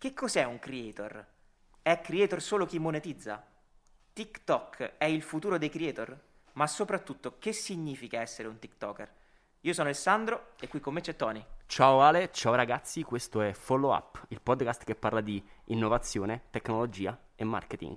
Che cos'è un creator? È creator solo chi monetizza? TikTok è il futuro dei creator? Ma soprattutto, che significa essere un TikToker? Io sono Alessandro e qui con me c'è Tony. Ciao Ale, ciao ragazzi, questo è Follow Up, il podcast che parla di innovazione, tecnologia e marketing.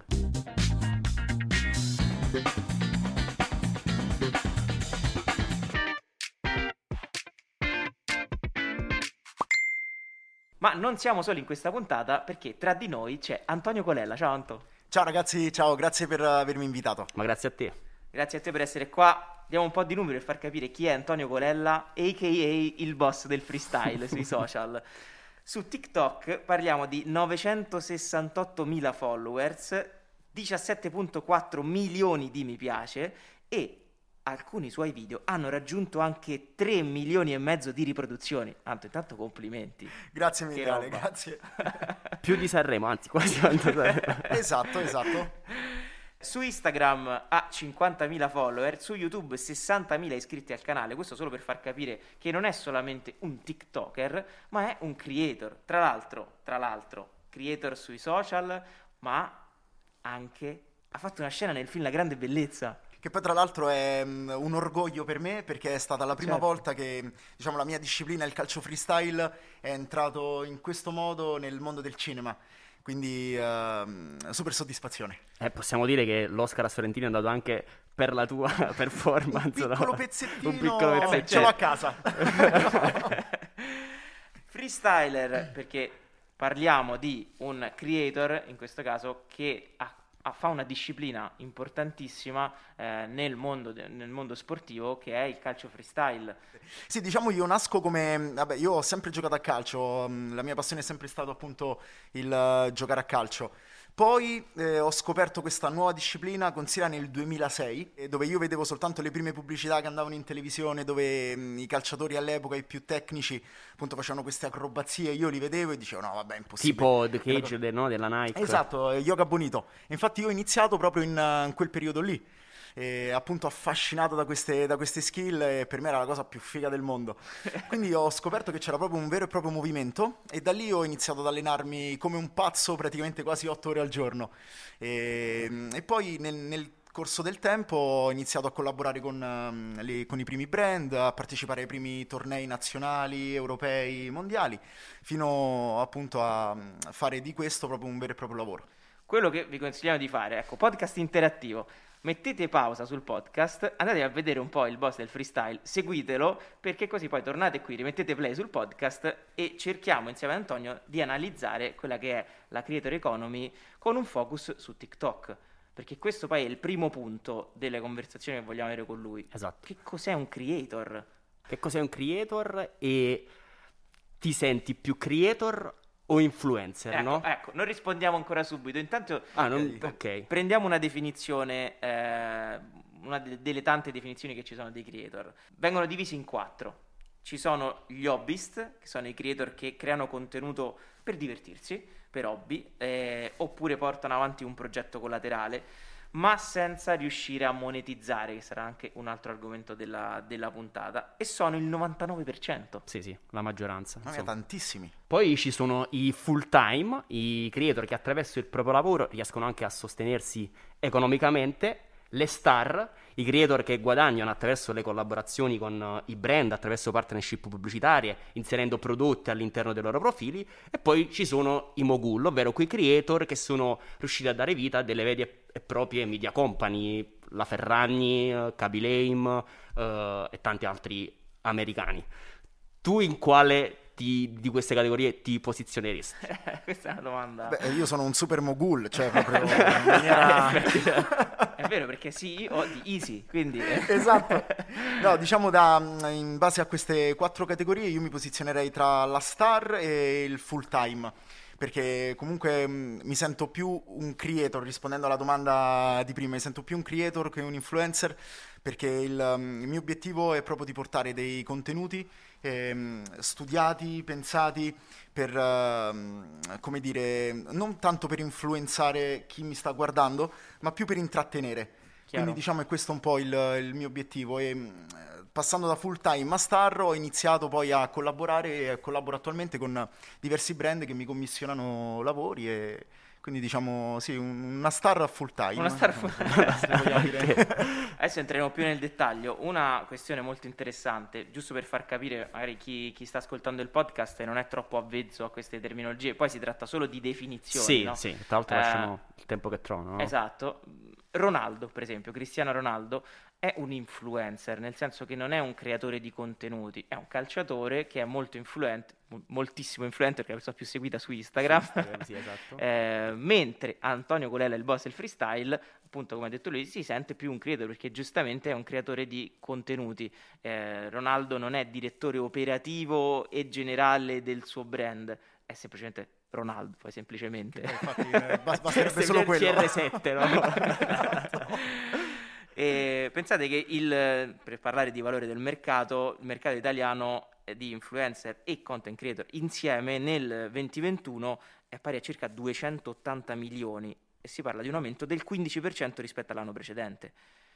Ma non siamo soli in questa puntata perché tra di noi c'è Antonio Colella. Ciao Anto. Ciao ragazzi, ciao, grazie per avermi invitato. Ma grazie a te. Grazie a te per essere qua. Diamo un po' di numeri per far capire chi è Antonio Colella, a.k.a. il boss del freestyle sui social. Su TikTok parliamo di 968.000 followers, 17.4 milioni di mi piace e alcuni suoi video hanno raggiunto anche 3 milioni e mezzo di riproduzioni. Anto, intanto complimenti. Grazie Che mille Ale, roba. grazie. Più di Sanremo, anzi quasi quanto Sanremo. Esatto. Su Instagram ha 50.000 follower, su YouTube 60.000 iscritti al canale, questo solo per far capire che non è solamente un TikToker, ma è un creator. Tra l'altro, creator sui social, ma anche ha fatto una scena nel film La Grande Bellezza. Che poi tra l'altro è un orgoglio per me perché è stata la prima Certo. volta che, diciamo, la mia disciplina, il calcio freestyle, è entrato in questo modo nel mondo del cinema. Quindi super soddisfazione. Possiamo dire che l'Oscar a Sorrentino è andato anche per la tua performance. Un piccolo no? pezzettino, Un piccolo pezzettino. ce l'ho a casa. Freestyler, perché parliamo di un creator, in questo caso, che fa una disciplina importantissima nel mondo sportivo, che è il calcio freestyle. Sì, diciamo io nasco come... Vabbè, io ho sempre giocato a calcio, la mia passione è sempre stato appunto il giocare a calcio. Poi ho scoperto questa nuova disciplina, considera nel 2006, dove io vedevo soltanto le prime pubblicità che andavano in televisione, dove i calciatori all'epoca, i più tecnici, appunto facevano queste acrobazie, io li vedevo e dicevo no vabbè è impossibile. Tipo The Cage, no? Della Nike. Esatto, Yoga Bonito. Infatti io ho iniziato proprio in quel periodo lì. E appunto affascinato da queste skill e per me era la cosa più figa del mondo. Quindi ho scoperto che c'era proprio un vero e proprio movimento e da lì ho iniziato ad allenarmi come un pazzo praticamente quasi 8 ore al giorno e poi nel corso del tempo ho iniziato a collaborare con i primi brand, a partecipare ai primi tornei nazionali, europei, mondiali, fino appunto a fare di questo proprio un vero e proprio lavoro. Quello che vi consigliamo di fare, ecco, podcast interattivo. Mettete pausa sul podcast, andate a vedere un po' il boss del freestyle, seguitelo, perché così poi tornate qui, rimettete play sul podcast e cerchiamo insieme ad Antonio di analizzare quella che è la creator economy con un focus su TikTok, perché questo poi è il primo punto delle conversazioni che vogliamo avere con lui. Esatto. Che cos'è un creator? Che cos'è un creator e ti senti più creator o influencer, Ecco, no? ecco, non rispondiamo ancora subito, intanto Ok. prendiamo una definizione, una delle tante definizioni che ci sono dei creator. Vengono divisi in 4. Ci sono gli hobbyist, che sono i creator che creano contenuto per divertirsi, per hobby, oppure portano avanti un progetto collaterale, ma senza riuscire a monetizzare, che sarà anche un altro argomento della puntata, e sono il 99%. Sì, la maggioranza. Ma ne ha insomma. tantissimi. Poi ci sono i full time, i creator che attraverso il proprio lavoro riescono anche a sostenersi economicamente, le star, i creator che guadagnano attraverso le collaborazioni con i brand, attraverso partnership pubblicitarie, inserendo prodotti all'interno dei loro profili, e poi ci sono i mogul, ovvero quei creator che sono riusciti a dare vita a delle vere e proprie media company, la Ferragni, Kaby Lame e tanti altri americani. Tu in quale di queste categorie ti posizioneresti? Questa è una domanda. Beh, io sono un super mogul, cioè proprio in maniera... È vero, perché CEO di Easy, quindi... Esatto. No, diciamo in base a queste 4 categorie io mi posizionerei tra la star e il full time, perché comunque mi sento più un creator, rispondendo alla domanda di prima, mi sento più un creator che un influencer, perché il mio obiettivo è proprio di portare dei contenuti studiati, pensati per, come dire, non tanto per influenzare chi mi sta guardando, ma più per intrattenere. Quindi diciamo è questo un po' il mio obiettivo. E passando da full time a star ho iniziato poi a collaborare e collaboro attualmente con diversi brand che mi commissionano lavori e quindi diciamo sì, una star full time. Una star full time. Se vogliamo dire. Adesso entreremo più nel dettaglio. Una questione molto interessante, giusto per far capire magari chi sta ascoltando il podcast e non è troppo avvezzo a queste terminologie, poi si tratta solo di definizioni, Sì, no? sì, tra l'altro lasciamo il tempo che trovano, no? Esatto. Ronaldo, per esempio, Cristiano Ronaldo è un influencer, nel senso che non è un creatore di contenuti, è un calciatore che è molto influente, moltissimo influente, perché è la persona più seguita su Instagram. Sì, esatto. Mentre Antonio Colella, il boss del freestyle, appunto come ha detto lui, si sente più un creator perché giustamente è un creatore di contenuti. Ronaldo non è direttore operativo e generale del suo brand, è semplicemente Ronaldo, poi semplicemente. Infatti basterebbe solo quello. CR7, no? E pensate che per parlare di valore del mercato, il mercato italiano di influencer e content creator insieme nel 2021 è pari a circa 280 milioni e si parla di un aumento del 15% rispetto all'anno precedente.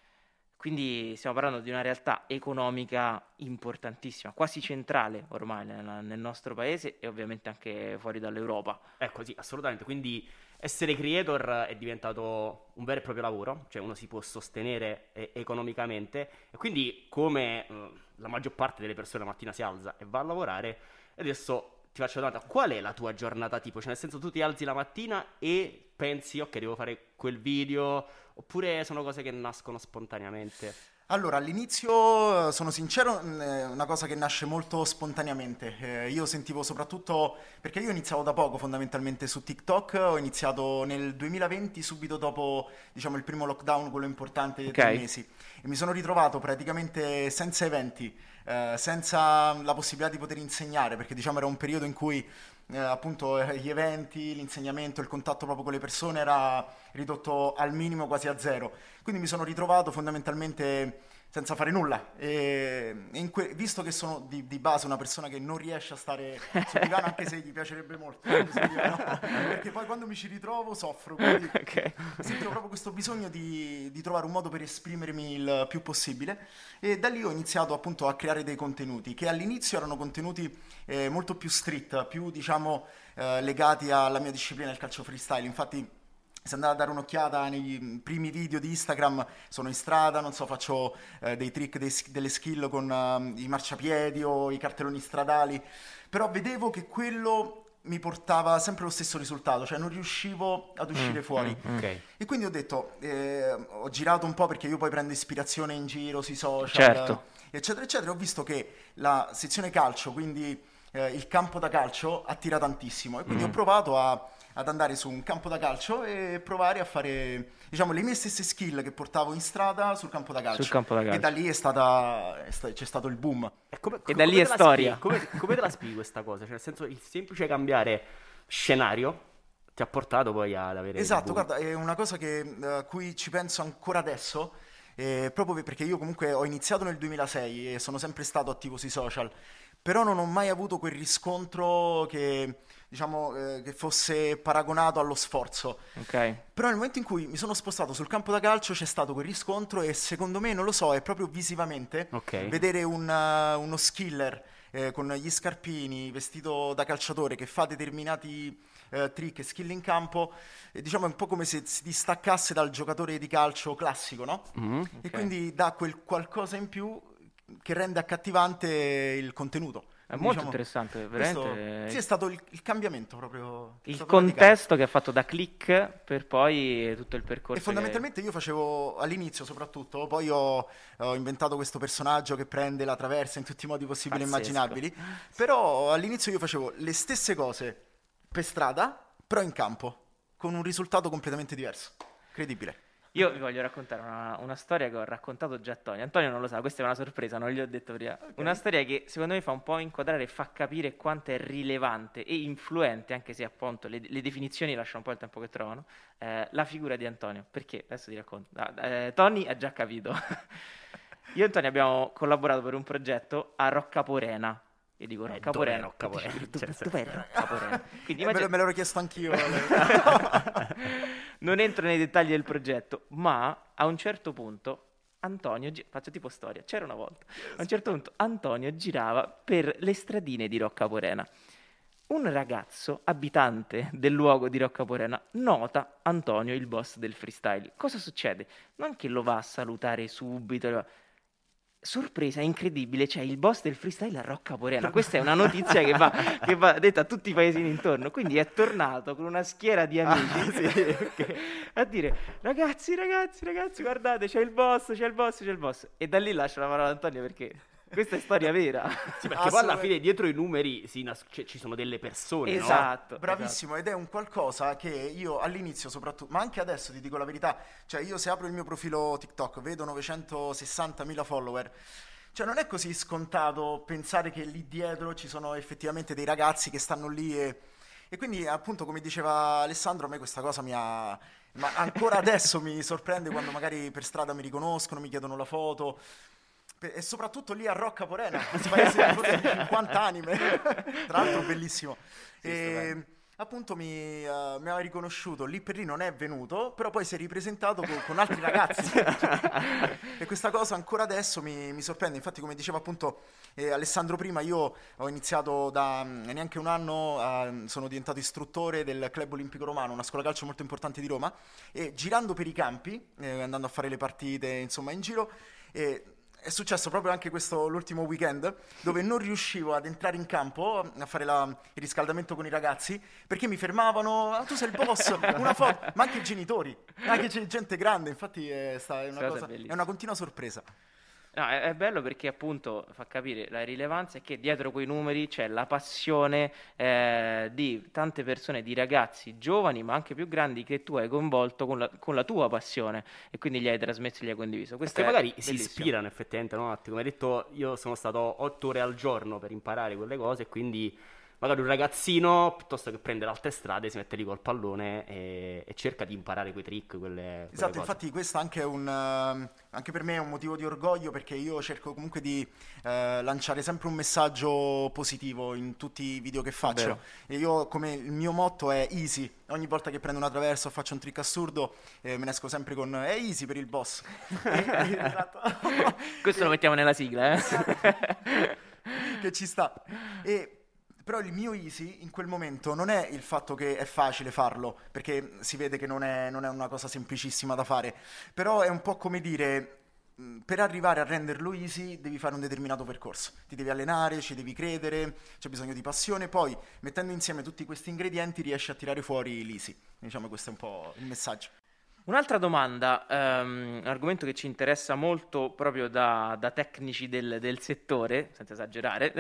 Quindi stiamo parlando di una realtà economica importantissima, quasi centrale ormai nel nostro paese e ovviamente anche fuori dall'Europa. Ecco, sì, assolutamente. Quindi essere creator è diventato un vero e proprio lavoro, cioè uno si può sostenere economicamente e quindi come la maggior parte delle persone la mattina si alza e va a lavorare, adesso ti faccio una domanda, qual è la tua giornata tipo? Cioè nel senso tu ti alzi la mattina e pensi, ok, devo fare quel video, oppure sono cose che nascono spontaneamente? Allora, all'inizio, sono sincero, è una cosa che nasce molto spontaneamente. Io sentivo soprattutto, perché io iniziavo da poco fondamentalmente su TikTok, ho iniziato nel 2020, subito dopo, diciamo, il primo lockdown, quello importante di 3 mesi, e mi sono ritrovato praticamente senza eventi, senza la possibilità di poter insegnare, perché diciamo era un periodo in cui appunto gli eventi, l'insegnamento, il contatto proprio con le persone era ridotto al minimo, quasi a zero. Quindi mi sono ritrovato fondamentalmente senza fare nulla e visto che sono di base una persona che non riesce a stare sul divano, anche se gli piacerebbe molto perché poi quando mi ci ritrovo soffro, quindi sento proprio questo bisogno di trovare un modo per esprimermi il più possibile e da lì ho iniziato appunto a creare dei contenuti che all'inizio erano contenuti molto più street, più diciamo legati alla mia disciplina, il calcio freestyle. Infatti se andate a dare un'occhiata nei primi video di Instagram, sono in strada, non so, faccio dei trick, delle skill con i marciapiedi o i cartelloni stradali, però vedevo che quello mi portava sempre lo stesso risultato, cioè non riuscivo ad uscire fuori. E quindi ho detto, ho girato un po' perché io poi prendo ispirazione in giro, sui social, eccetera, eccetera, ho visto che la sezione calcio, quindi il campo da calcio, attira tantissimo e quindi ho provato ad andare su un campo da calcio e provare a fare, diciamo, le mie stesse skill che portavo in strada sul campo da calcio. E da lì c'è stato il boom. E da lì è storia. Come te la spieghi questa cosa? Cioè, nel senso, il semplice cambiare scenario ti ha portato poi ad avere Esatto, guarda, è una cosa a cui ci penso ancora adesso, proprio perché io comunque ho iniziato nel 2006 e sono sempre stato attivo sui social, però non ho mai avuto quel riscontro che, diciamo, che fosse paragonato allo sforzo. Però nel momento in cui mi sono spostato sul campo da calcio c'è stato quel riscontro e secondo me, non lo so, è proprio visivamente vedere uno skiller con gli scarpini, vestito da calciatore, che fa determinati trick e skill in campo, diciamo è un po' come se si distaccasse dal giocatore di calcio classico, no? E quindi dà quel qualcosa in più che rende accattivante il contenuto. È molto interessante, veramente. Sì, è stato il cambiamento proprio. Il contesto che ha fatto da click per poi tutto il percorso. E fondamentalmente io facevo all'inizio soprattutto, poi ho inventato questo personaggio che prende la traversa in tutti i modi possibili e immaginabili, però all'inizio io facevo le stesse cose per strada, però in campo, con un risultato completamente diverso. Incredibile. Io vi voglio raccontare una storia che ho raccontato già a Antonio. Antonio non lo sa, questa è una sorpresa, non gli ho detto prima. Una storia che secondo me fa un po' inquadrare e fa capire quanto è rilevante e influente, anche se appunto le definizioni lasciano un po' il tempo che trovano, la figura di Antonio. Perché? Adesso ti racconto. Tony ha già capito. Io e Antonio abbiamo collaborato per un progetto a Roccaporena. Io dico Roccaporena. Roccaporena. Dov'è Roccaporena? Quindi me l'ero chiesto anch'io. Non entro nei dettagli del progetto, ma a un certo punto Antonio, faccio tipo storia, c'era una volta, a un certo punto Antonio girava per le stradine di Roccaporena. Un ragazzo abitante del luogo di Roccaporena nota Antonio, il boss del freestyle. Cosa succede? Non che lo va a salutare subito. Sorpresa incredibile, c'è il boss del freestyle a Roccaporena. Questa è una notizia che va detta a tutti i paesini intorno. Quindi è tornato con una schiera di amici a dire: ragazzi, guardate, c'è il boss. E da lì lascio la parola ad Antonio, perché questa è storia vera. Sì, perché poi alla fine dietro i numeri ci sono delle persone, esatto, no? Bravissimo, ed è un qualcosa che io all'inizio soprattutto, ma anche adesso ti dico la verità, cioè io se apro il mio profilo TikTok vedo 960.000 follower, cioè non è così scontato pensare che lì dietro ci sono effettivamente dei ragazzi che stanno lì e quindi appunto, come diceva Alessandro, a me questa cosa ma ancora adesso mi sorprende quando magari per strada mi riconoscono, mi chiedono la foto. E soprattutto lì a Roccaporena, un paese di forse 50 anime, tra l'altro bellissimo. E appunto mi aveva riconosciuto, lì per lì non è venuto, però poi si è ripresentato con altri ragazzi. E questa cosa ancora adesso mi sorprende. Infatti, come diceva appunto Alessandro prima, io ho iniziato da neanche un anno, sono diventato istruttore del Club Olimpico Romano, una scuola calcio molto importante di Roma, e girando per i campi, andando a fare le partite insomma in giro, è successo proprio anche l'ultimo weekend, dove non riuscivo ad entrare in campo a fare il riscaldamento con i ragazzi, perché mi fermavano: tu sei il boss, una foto, ma anche i genitori, anche c'è gente grande. Infatti è una continua sorpresa. No, è bello perché appunto fa capire la rilevanza è che dietro quei numeri c'è la passione di tante persone, di ragazzi giovani ma anche più grandi, che tu hai coinvolto con la tua passione e quindi gli hai trasmesso e gli hai condiviso. Questo Perché magari bellissimo. si ispirano effettivamente, no? Come hai detto, io sono stato 8 ore al giorno per imparare quelle cose, e quindi magari un ragazzino, piuttosto che prendere altre strade, si mette lì col pallone e cerca di imparare quei trick, quelle Esatto, cose. infatti questo anche anche per me è un motivo di orgoglio, perché io cerco comunque di lanciare sempre un messaggio positivo in tutti i video che faccio. Vero. E io, come il mio motto è easy, ogni volta che prendo una traversa o faccio un trick assurdo, me ne esco sempre con è easy per il boss. Esatto. Questo lo mettiamo nella sigla, Che ci sta. Però il mio easy in quel momento non è il fatto che è facile farlo, perché si vede che non è una cosa semplicissima da fare, però è un po' come dire: per arrivare a renderlo easy devi fare un determinato percorso, ti devi allenare, ci devi credere, c'è bisogno di passione, poi mettendo insieme tutti questi ingredienti riesci a tirare fuori l'easy. Diciamo, questo è un po' il messaggio. Un'altra domanda, un argomento che ci interessa molto proprio da tecnici del settore, senza esagerare.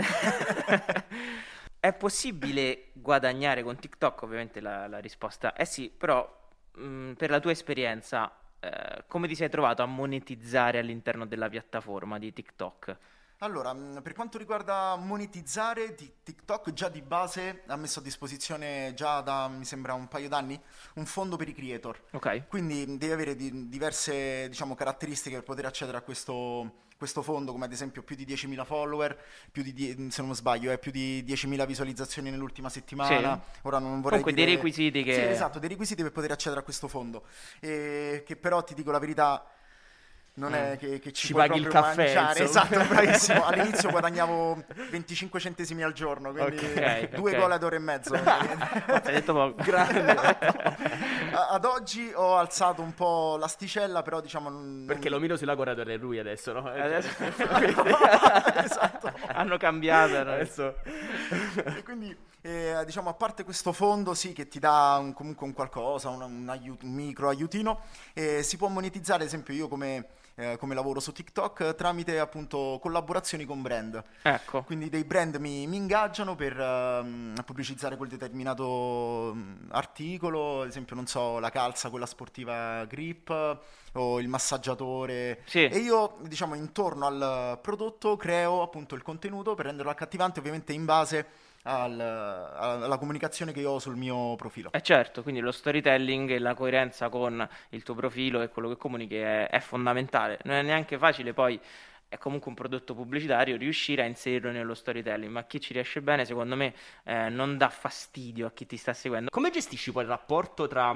È possibile guadagnare con TikTok? Ovviamente la risposta è sì, però per la tua esperienza, come ti sei trovato a monetizzare all'interno della piattaforma di TikTok? Allora, per quanto riguarda monetizzare, TikTok già di base ha messo a disposizione, già da mi sembra un paio d'anni, un fondo per i creator. Ok. Quindi devi avere diverse, diciamo, caratteristiche per poter accedere a questo fondo, come ad esempio più di 10.000 follower, se non sbaglio, più di 10.000 visualizzazioni nell'ultima settimana. Sì. Ora non vorrei Comunque dire... dei requisiti che... Sì, esatto, dei requisiti per poter accedere a questo fondo. Che però, ti dico la verità, non è che ci puoi paghi il proprio caffè, mangiare. insomma. Esatto, bravissimo. All'inizio guadagnavo 25 centesimi al giorno, quindi due gol ad ora e mezzo. Hai detto poco. Grande. Ad oggi ho alzato un po' l'asticella, però diciamo Perché lo miro sulla correre lui adesso, no? Esatto. Hanno cambiato, no? Adesso... E quindi diciamo, a parte questo fondo, sì, che ti dà comunque un qualcosa, un micro aiutino, si può monetizzare. Ad esempio, io come lavoro su TikTok tramite appunto collaborazioni con brand. Ecco. Quindi dei brand mi ingaggiano per pubblicizzare quel determinato articolo, ad esempio, non so, la calza, quella sportiva Grip, o il massaggiatore. Sì. E io, diciamo, intorno al prodotto creo appunto il contenuto per renderlo accattivante, ovviamente in base alla comunicazione che io ho sul mio profilo. Certo, quindi lo storytelling e la coerenza con il tuo profilo e quello che comunichi è fondamentale. Non è neanche facile poi, è comunque un prodotto pubblicitario, riuscire a inserirlo nello storytelling, ma chi ci riesce bene, secondo me, non dà fastidio a chi ti sta seguendo. Come gestisci poi il rapporto tra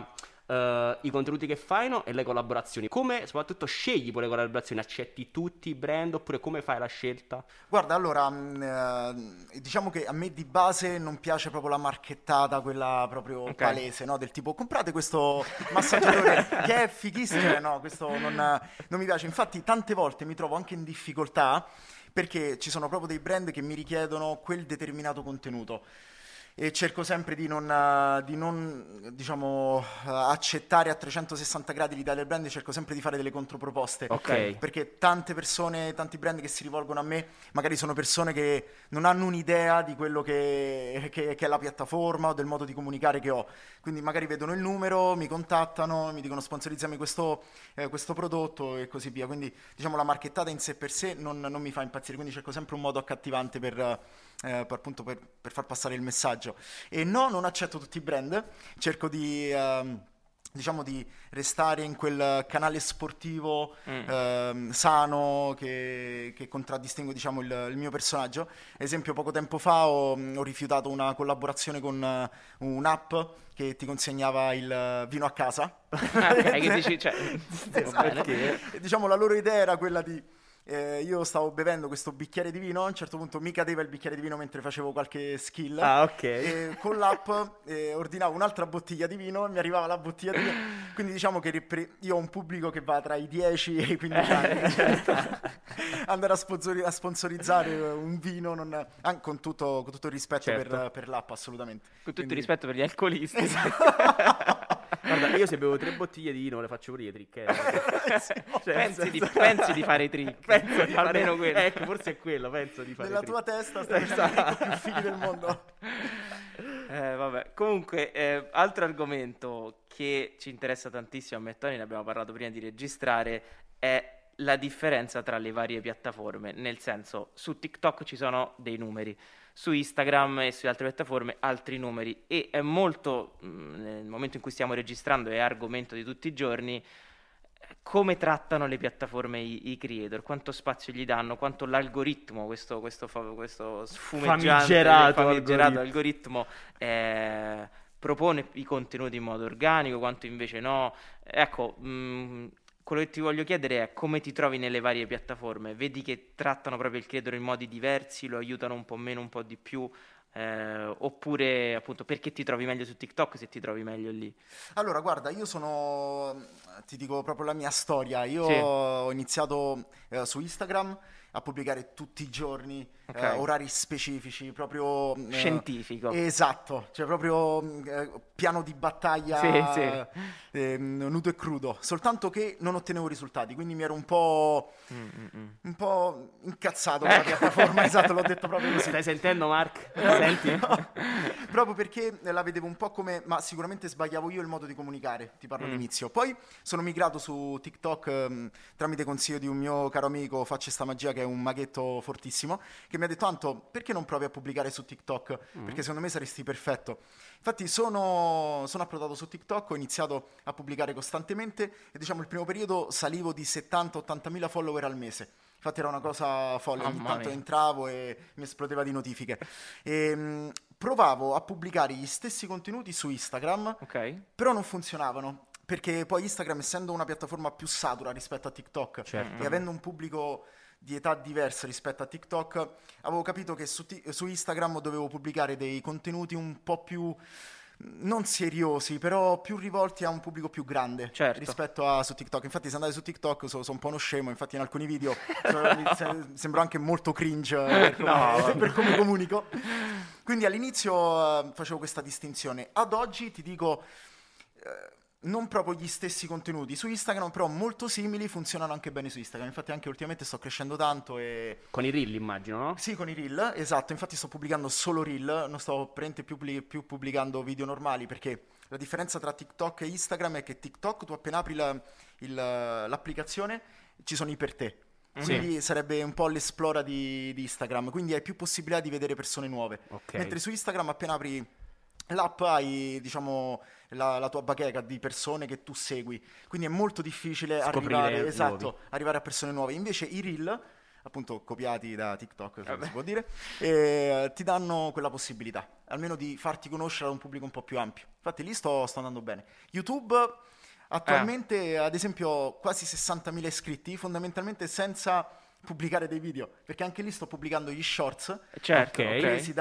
i contenuti che fanno e le collaborazioni. Come soprattutto scegli poi le collaborazioni? Accetti tutti i brand oppure come fai la scelta? Guarda, allora, diciamo che a me di base non piace proprio la marchettata, quella proprio palese, no? Del tipo, comprate questo massaggiatore che è fighissimo, no, questo non mi piace. Infatti tante volte mi trovo anche in difficoltà perché ci sono proprio dei brand che mi richiedono quel determinato contenuto. E cerco sempre di non, diciamo, accettare a 360 gradi l'idea del brand, cerco sempre di fare delle controproposte. Ok. Perché tante persone, tanti brand che si rivolgono a me, magari sono persone che non hanno un'idea di quello che è la piattaforma o del modo di comunicare che ho. Quindi magari vedono il numero, mi contattano, mi dicono sponsorizzami questo prodotto e così via. Quindi, diciamo, la marchettata in sé per sé non mi fa impazzire, quindi cerco sempre un modo accattivante per far passare il messaggio. E no, non accetto tutti i brand, cerco di diciamo di restare in quel canale sportivo sano che contraddistingue, diciamo, il mio personaggio. Ad esempio, poco tempo fa ho rifiutato una collaborazione con un'app che ti consegnava il vino a casa. Che dici, cioè, Esatto. Diciamo, la loro idea era quella di io stavo bevendo questo bicchiere di vino, a un certo punto mi cadeva il bicchiere di vino mentre facevo qualche skill, ok. e con l'app ordinavo un'altra bottiglia di vino e mi arrivava la bottiglia di vino. Quindi diciamo che io ho un pubblico che va tra i 10 e i 15 anni. Certo. Andare a sponsorizzare un vino con tutto il rispetto, certo, per l'app, assolutamente. Con tutto il rispetto per gli alcolisti. Guarda, io se bevo 3 bottiglie di vino le faccio pure i trick. Pensi di fare i trick? Penso di almeno quello. Ecco, forse è quello, penso di fare nella i tua trick. testa stai facendo il trick più fighi del mondo. Vabbè. Comunque, altro argomento che ci interessa tantissimo a me e Tony, ne abbiamo parlato prima di registrare, è la differenza tra le varie piattaforme. Nel senso, su TikTok ci sono dei numeri, su Instagram e sulle altre piattaforme altri numeri, e è molto, nel momento in cui stiamo registrando, è argomento di tutti i giorni, come trattano le piattaforme i creator, quanto spazio gli danno, quanto l'algoritmo, questo sfumeggiante, famigerato algoritmo propone i contenuti in modo organico, quanto invece no. Ecco, quello che ti voglio chiedere è come ti trovi nelle varie piattaforme. Vedi che trattano proprio il creator in modi diversi, lo aiutano un po' meno, un po' di più, oppure appunto perché ti trovi meglio su TikTok se ti trovi meglio lì? Allora, guarda, ti dico proprio la mia storia. Io ho iniziato su Instagram a pubblicare tutti i giorni, orari specifici, proprio scientifico. Esatto, cioè proprio piano di battaglia, nudo e crudo, soltanto che non ottenevo risultati, quindi mi ero un po' incazzato con la piattaforma. Esatto, l'ho detto proprio così. Stai sentendo, Mark? Senti? No, proprio perché la vedevo un po' come, ma sicuramente sbagliavo io il modo di comunicare, ti parlo all'inizio. Poi sono migrato su TikTok tramite consiglio di un mio caro amico, Facce sta magia, che è un maghetto fortissimo, che mi ha detto: Anto, perché non provi a pubblicare su TikTok? Perché secondo me saresti perfetto. Infatti sono approdato su TikTok, ho iniziato a pubblicare costantemente e, diciamo, il primo periodo salivo di 70-80 mila follower al mese. Infatti era una cosa folle, ogni tanto entravo e mi esplodeva di notifiche. Provavo a pubblicare gli stessi contenuti su Instagram, però non funzionavano. Perché poi Instagram, essendo una piattaforma più satura rispetto a TikTok, certo, e avendo un pubblico di età diverse rispetto a TikTok, avevo capito che su Instagram dovevo pubblicare dei contenuti un po' più, non seriosi, però più rivolti a un pubblico più grande, certo, rispetto a su TikTok. Infatti, se andate su TikTok sono un po' uno scemo, infatti in alcuni video sembro anche molto cringe per come comunico. Quindi all'inizio facevo questa distinzione. Ad oggi ti dico, non proprio gli stessi contenuti su Instagram, però molto simili, funzionano anche bene su Instagram. Infatti anche ultimamente sto crescendo tanto e... Con i reel, immagino, no? Sì, con i reel, esatto. Infatti sto pubblicando solo reel, non sto più pubblicando video normali, perché la differenza tra TikTok e Instagram è che TikTok, tu appena apri l'applicazione, ci sono i per te. Quindi sarebbe un po' l'esplora di Instagram, quindi hai più possibilità di vedere persone nuove. Mentre su Instagram, appena apri l'app, hai, diciamo, la tua bacheca di persone che tu segui, quindi è molto difficile arrivare a persone nuove. Invece i reel appunto copiati da TikTok, se Vabbè. si può dire, e ti danno quella possibilità, almeno di farti conoscere ad un pubblico un po' più ampio. Infatti lì sto andando bene. YouTube attualmente, ad esempio, quasi 60.000 iscritti, fondamentalmente senza pubblicare dei video, perché anche lì sto pubblicando gli shorts Certo, Ok. ok. presi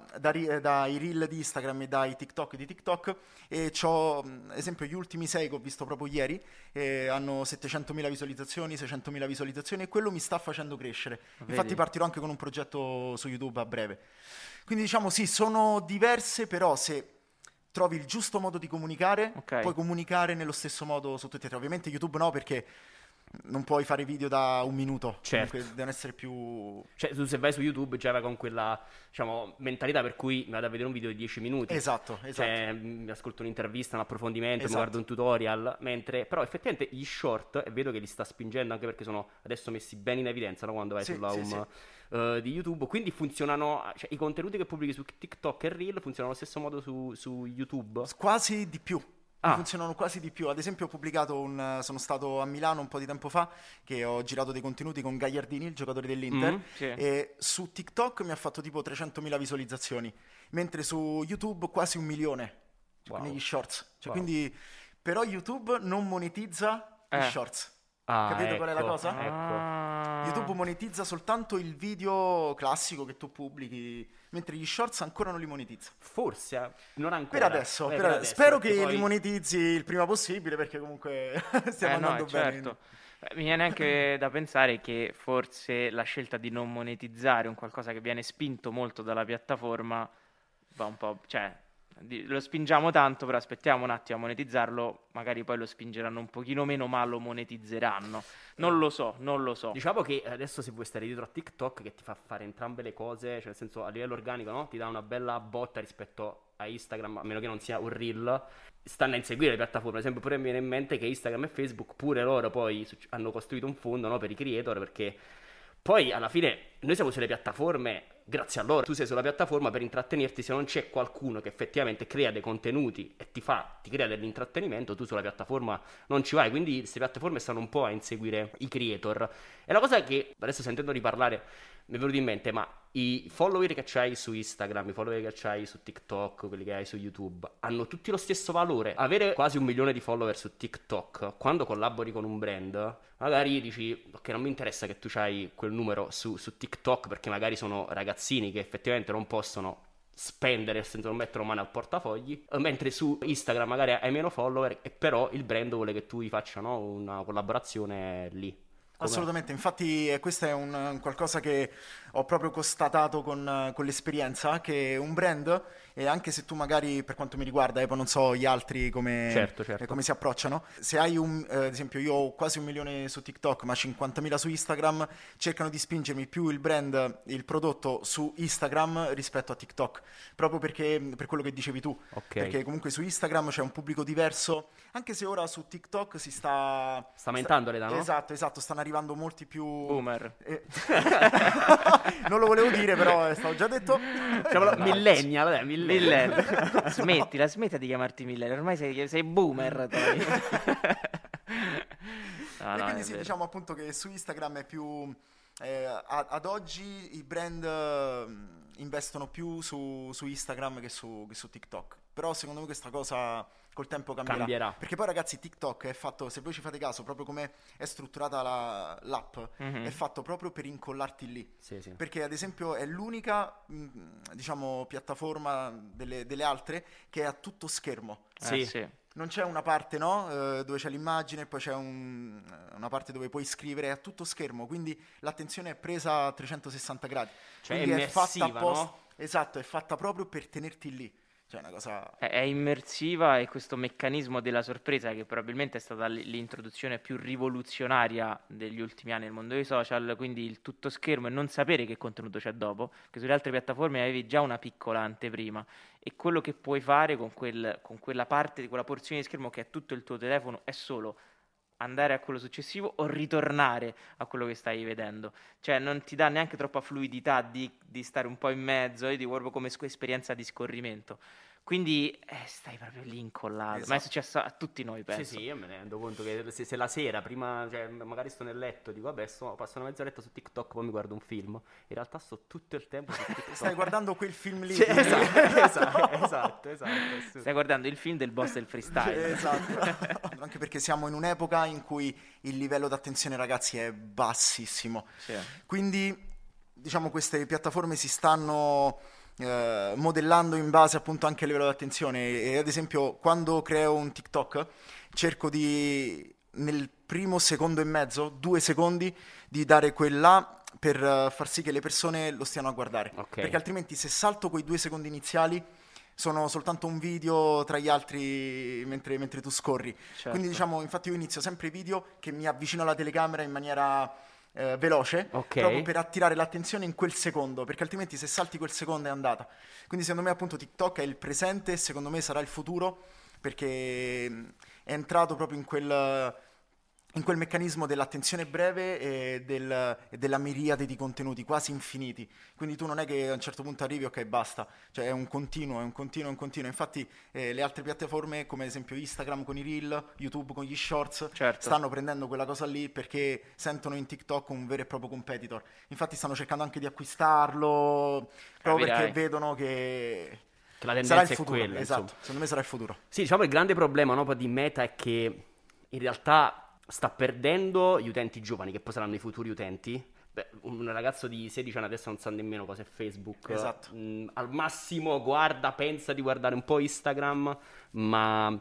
dai reel di Instagram e dai TikTok di TikTok, e c'ho, ad esempio, gli ultimi 6 che ho visto proprio ieri, hanno 700.000 visualizzazioni, 600.000 visualizzazioni, e quello mi sta facendo crescere. Infatti Vedi? partirò anche con un progetto su YouTube a breve. Quindi diciamo sì, sono diverse, però se trovi il giusto modo di comunicare, Ok. puoi comunicare nello stesso modo su tutti e tre. Ovviamente YouTube no, perché non puoi fare video da un minuto, Certo. comunque devono essere più... Cioè, tu se vai su YouTube già vai con quella, diciamo, mentalità per cui mi vado a vedere un video di 10 minuti. Esatto, esatto. Cioè, mi ascolto un'intervista, un approfondimento, mi Esatto. guardo un tutorial, mentre però effettivamente gli short, e vedo che li sta spingendo anche perché sono adesso messi bene in evidenza, no? Quando vai Sì, sulla sì, home di YouTube, quindi funzionano, cioè i contenuti che pubblichi su TikTok e Reel funzionano allo stesso modo su YouTube? Quasi di più. Ah. Funzionano quasi di più. Ad esempio ho pubblicato sono stato a Milano un po' di tempo fa, che ho girato dei contenuti con Gagliardini, il giocatore dell'Inter, Sì. e su TikTok mi ha fatto tipo 300.000 visualizzazioni, mentre su YouTube quasi 1 milione, cioè, Wow. negli shorts. Cioè, Wow. quindi, però YouTube non monetizza gli shorts. Ah, Capito qual è la ecco, cosa? ecco. Ah. YouTube monetizza soltanto il video classico che tu pubblichi, mentre gli shorts ancora non li monetizza. Forse, non Per ancora. adesso, Per adesso, spero perché che poi- li monetizzi il prima possibile, perché comunque stiamo No, andando bene. certo. Mi viene anche da pensare che forse la scelta di non monetizzare un qualcosa che viene spinto molto dalla piattaforma va un po', cioè lo spingiamo tanto, però aspettiamo un attimo a monetizzarlo, magari poi lo spingeranno un pochino meno, ma lo monetizzeranno. Non lo so, non lo so. Diciamo che adesso se vuoi stare dietro a TikTok che ti fa fare entrambe le cose, cioè nel senso a livello organico, no? Ti dà una bella botta rispetto a Instagram, a meno che non sia un reel, stanno a inseguire le piattaforme. Ad esempio pure mi viene in mente che Instagram e Facebook pure loro poi hanno costruito un fondo, no, per i creator, perché poi alla fine noi siamo sulle piattaforme grazie a loro. Tu sei sulla piattaforma per intrattenerti, se non c'è qualcuno che effettivamente crea dei contenuti e ti crea dell'intrattenimento, tu sulla piattaforma non ci vai. Quindi queste piattaforme stanno un po' a inseguire i creator. E la cosa che adesso sentendo riparlare mi è venuto in mente, ma i follower che c'hai su Instagram, i follower che c'hai su TikTok, quelli che hai su YouTube, hanno tutti lo stesso valore? Avere quasi 1 milione di follower su TikTok, quando collabori con un brand, magari dici, ok, non mi interessa che tu c'hai quel numero su TikTok, perché magari sono ragazzini che effettivamente non possono spendere senza non mettere mano al portafogli, mentre su Instagram magari hai meno follower e però il brand vuole che tu gli faccia, no, una collaborazione lì. Assolutamente, infatti questo è un qualcosa che ho proprio constatato con l'esperienza, che un brand, e anche se tu magari, per quanto mi riguarda, poi non so gli altri come, Certo, certo. come si approcciano, se hai ad esempio io ho quasi 1 milione su TikTok ma 50.000 su Instagram, cercano di spingermi più il brand, il prodotto su Instagram rispetto a TikTok, proprio perché, per quello che dicevi tu, Ok. perché comunque su Instagram c'è un pubblico diverso, anche se ora su TikTok si sta... Sta aumentando l'età, no? Esatto, stanno arrivando molti più... Boomer. Non lo volevo dire, però è stato già detto. Diciamolo, millennial, dai, millennial. Smettila di chiamarti millennial, ormai sei boomer. Tony. No, E no, quindi è sì, vero. diciamo appunto che su Instagram è più... ad oggi i brand investono più su Instagram che su TikTok. Però secondo me questa cosa col tempo cambierà. Perché poi ragazzi TikTok è fatto, se voi ci fate caso, proprio come è strutturata l'app, è fatto proprio per incollarti lì. Sì, sì. Perché ad esempio è l'unica diciamo piattaforma delle altre che è a tutto schermo. Sì. Sì. Non c'è una parte, no? Dove c'è l'immagine, poi c'è una parte dove puoi scrivere, è a tutto schermo, quindi l'attenzione è presa a 360 gradi. Cioè, Quindi è immersiva, apposta, no? Esatto, è fatta proprio per tenerti lì. Cioè, è una cosa... È immersiva, e questo meccanismo della sorpresa, che probabilmente è stata l'introduzione più rivoluzionaria degli ultimi anni nel mondo dei social, quindi il tutto schermo e non sapere che contenuto c'è dopo, che sulle altre piattaforme avevi già una piccola anteprima, e quello che puoi fare con quella parte, di quella porzione di schermo che è tutto il tuo telefono, è solo andare a quello successivo o ritornare a quello che stai vedendo. Cioè non ti dà neanche troppa fluidità di stare un po' in mezzo, e di proprio come esperienza di scorrimento. Quindi stai proprio lì incollato. Esatto. Ma è successo a tutti noi, penso. Sì, io me ne rendo conto che se la sera, prima, cioè, magari sto nel letto, dico vabbè, passo una mezz'oretta su TikTok, poi mi guardo un film. In realtà sto tutto il tempo su TikTok. Stai guardando quel film lì. Sì, esatto. Stai guardando il film del boss del freestyle. Esatto. Anche perché siamo in un'epoca in cui il livello d'attenzione, ragazzi, è bassissimo. Sì. Quindi, diciamo, queste piattaforme si stanno modellando in base appunto anche al livello d'attenzione. E ad esempio, quando creo un TikTok, cerco di, nel primo secondo e mezzo, 2 secondi, di dare quella per far sì che le persone lo stiano a guardare. Ok. Perché altrimenti, se salto quei 2 secondi iniziali, sono soltanto un video tra gli altri mentre tu scorri. Certo. Quindi diciamo, infatti io inizio sempre i video che mi avvicino alla telecamera in maniera veloce, Ok. proprio per attirare l'attenzione in quel secondo, perché altrimenti se salti quel secondo è andata. Quindi secondo me appunto TikTok è il presente e secondo me sarà il futuro, perché è entrato proprio in quel meccanismo dell'attenzione breve e della miriade di contenuti quasi infiniti. Quindi tu non è che a un certo punto arrivi, ok, basta, cioè è un continuo. Infatti le altre piattaforme, come ad esempio Instagram con i Reel, YouTube con gli Shorts, Certo. stanno prendendo quella cosa lì perché sentono in TikTok un vero e proprio competitor. Infatti stanno cercando anche di acquistarlo, proprio Capirai. perché vedono che la sarà il tendenza è futuro. quella, Esatto, insomma. secondo me sarà il futuro. Sì, diciamo il grande problema, no, poi di Meta è che in realtà sta perdendo gli utenti giovani, che poi saranno i futuri utenti. Beh, un ragazzo di 16 anni adesso non sa nemmeno cos'è Facebook. Esatto. Al massimo pensa di guardare un po' Instagram, ma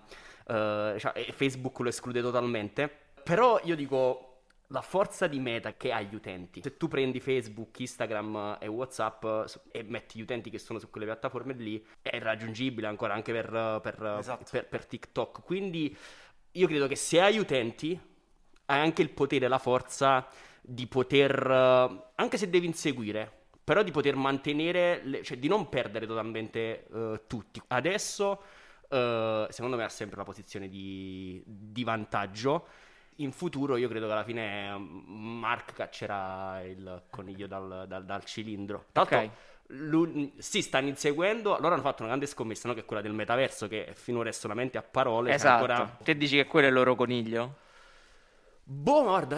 e Facebook lo esclude totalmente. Però io dico, la forza di Meta che ha gli utenti. Se tu prendi Facebook, Instagram e WhatsApp e metti gli utenti che sono su quelle piattaforme lì, è raggiungibile ancora anche Esatto. per TikTok. Quindi io credo che se hai utenti, hai anche il potere e la forza di poter, anche se devi inseguire, però di poter mantenere, cioè di non perdere totalmente tutti. Adesso, secondo me, ha sempre la posizione di vantaggio. In futuro io credo che alla fine Mark caccerà il coniglio dal cilindro. Tra l'altro, si stanno inseguendo. Loro hanno fatto una grande scommessa, no? Che è quella del metaverso, che finora è solamente a parole. Esatto. Ancora... Te dici che quello è il loro coniglio? Boh, guarda,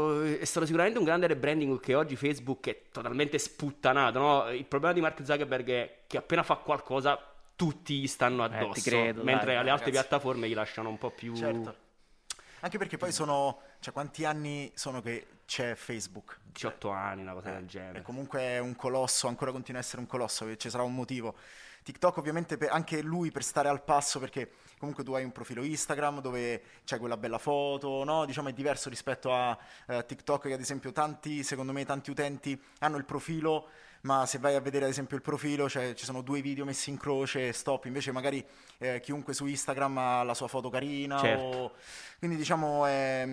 è stato sicuramente un grande rebranding, che oggi Facebook è totalmente sputtanato, no? Il problema di Mark Zuckerberg è che appena fa qualcosa tutti gli stanno addosso, ti credo, mentre dai, alle altre ragazzi. piattaforme gli lasciano un po' più... Certo. Anche perché poi cioè quanti anni sono che c'è Facebook? 18 anni, una cosa del genere. E comunque è un colosso, ancora continua a essere un colosso, ci sarà un motivo. TikTok ovviamente anche lui per stare al passo, perché comunque tu hai un profilo Instagram dove c'è quella bella foto, no? Diciamo è diverso rispetto a TikTok, che ad esempio secondo me tanti utenti hanno il profilo, ma se vai a vedere ad esempio il profilo ci sono 2 video messi in croce e stop, invece magari chiunque su Instagram ha la sua foto carina. Certo. Quindi diciamo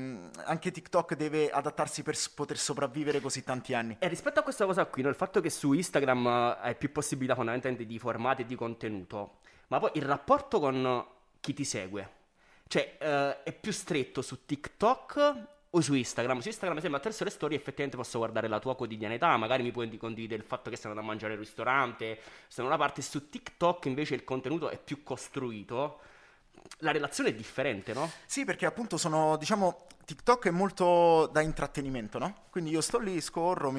anche TikTok deve adattarsi per poter sopravvivere così tanti anni. E rispetto a questa cosa qui, no, il fatto che su Instagram hai più possibilità fondamentalmente di formati e di contenuto, ma poi il rapporto con chi ti segue, cioè è più stretto su TikTok o su Instagram? Su Instagram, per esempio, attraverso le storie effettivamente posso guardare la tua quotidianità, magari mi puoi condividere il fatto che stai andando a mangiare al ristorante, se da una parte. Su TikTok invece il contenuto è più costruito, la relazione è differente, no? Sì, perché appunto diciamo, TikTok è molto da intrattenimento, no? Quindi io sto lì, scorro,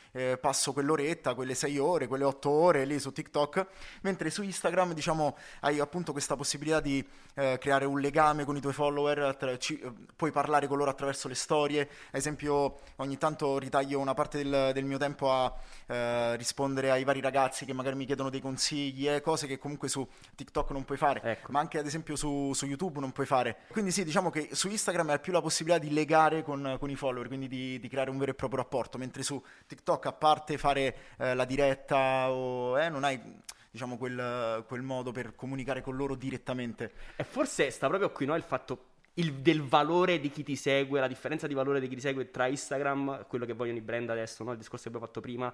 passo quell'oretta, quelle 6 ore, quelle 8 ore lì su TikTok, mentre su Instagram, diciamo, hai appunto questa possibilità di creare un legame con i tuoi follower, puoi parlare con loro attraverso le storie. Ad esempio, ogni tanto ritaglio una parte del mio tempo a rispondere ai vari ragazzi che magari mi chiedono dei consigli, cose che comunque su TikTok non puoi fare, Ecco. ma anche ad esempio su YouTube non puoi fare. Quindi sì, diciamo che su Instagram hai più la possibilità di legare con i follower, quindi di creare un vero e proprio rapporto, mentre su TikTok, a parte fare la diretta non hai, diciamo, quel modo per comunicare con loro direttamente. E forse sta proprio qui, no? Il fatto del valore di chi ti segue, la differenza di valore di chi ti segue tra Instagram, quello che vogliono i brand adesso, no? Il discorso che abbiamo fatto prima,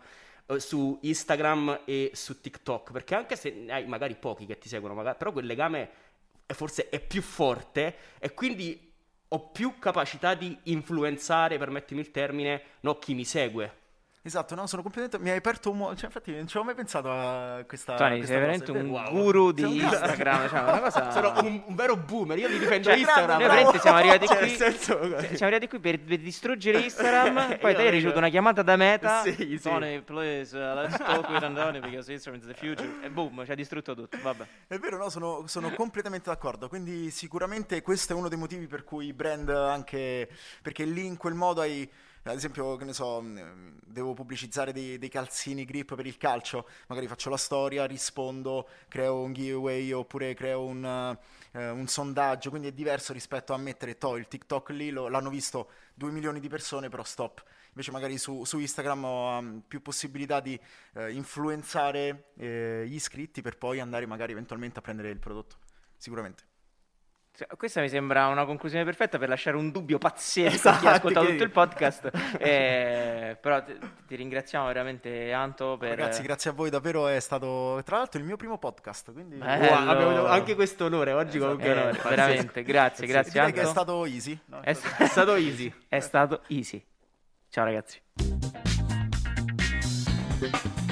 su Instagram e su TikTok, perché anche se hai magari pochi che ti seguono, però quel legame forse è più forte e quindi ho più capacità di influenzare, permettimi il termine, no, chi mi segue. Esatto, no, sono completamente... Mi hai aperto un mondo... Cioè, infatti non ci avevo mai pensato a questa Tony, questa sei cosa, veramente è vero. un guru Sei un di grande. Instagram. Cioè, una cosa... Sono un vero boomer, io mi difendo Cioè, Instagram. noi bravo. veramente siamo arrivati Cioè, qui. nel senso- Siamo arrivati qui per distruggere Instagram. Poi Io te hai ricevuto una chiamata da Meta. Sì. Tony, please, let's talk with Andoni because Instagram is the future. E boom, ci ha distrutto tutto. Vabbè. È vero, no, sono completamente d'accordo, quindi sicuramente questo è uno dei motivi per cui i brand anche, perché lì in quel modo hai, ad esempio, che ne so, devo pubblicizzare dei calzini grip per il calcio, magari faccio la storia, rispondo, creo un giveaway oppure creo un sondaggio, quindi è diverso rispetto a mettere il TikTok lì, l'hanno visto 2 milioni di persone, però stop. Invece magari su Instagram ho più possibilità di influenzare gli iscritti per poi andare magari eventualmente a prendere il prodotto, sicuramente. Cioè, questa mi sembra una conclusione perfetta per lasciare un dubbio pazzesco a chi ha ascoltato tutto il podcast. Però ti ringraziamo veramente, Anto. Ragazzi, grazie a voi, davvero è stato tra l'altro il mio primo podcast, quindi Bello. Abbiamo avuto anche questo onore oggi comunque. Veramente, grazie direi Anto. che è stato easy. No, è stato easy. È stato easy. Ciao ragazzi.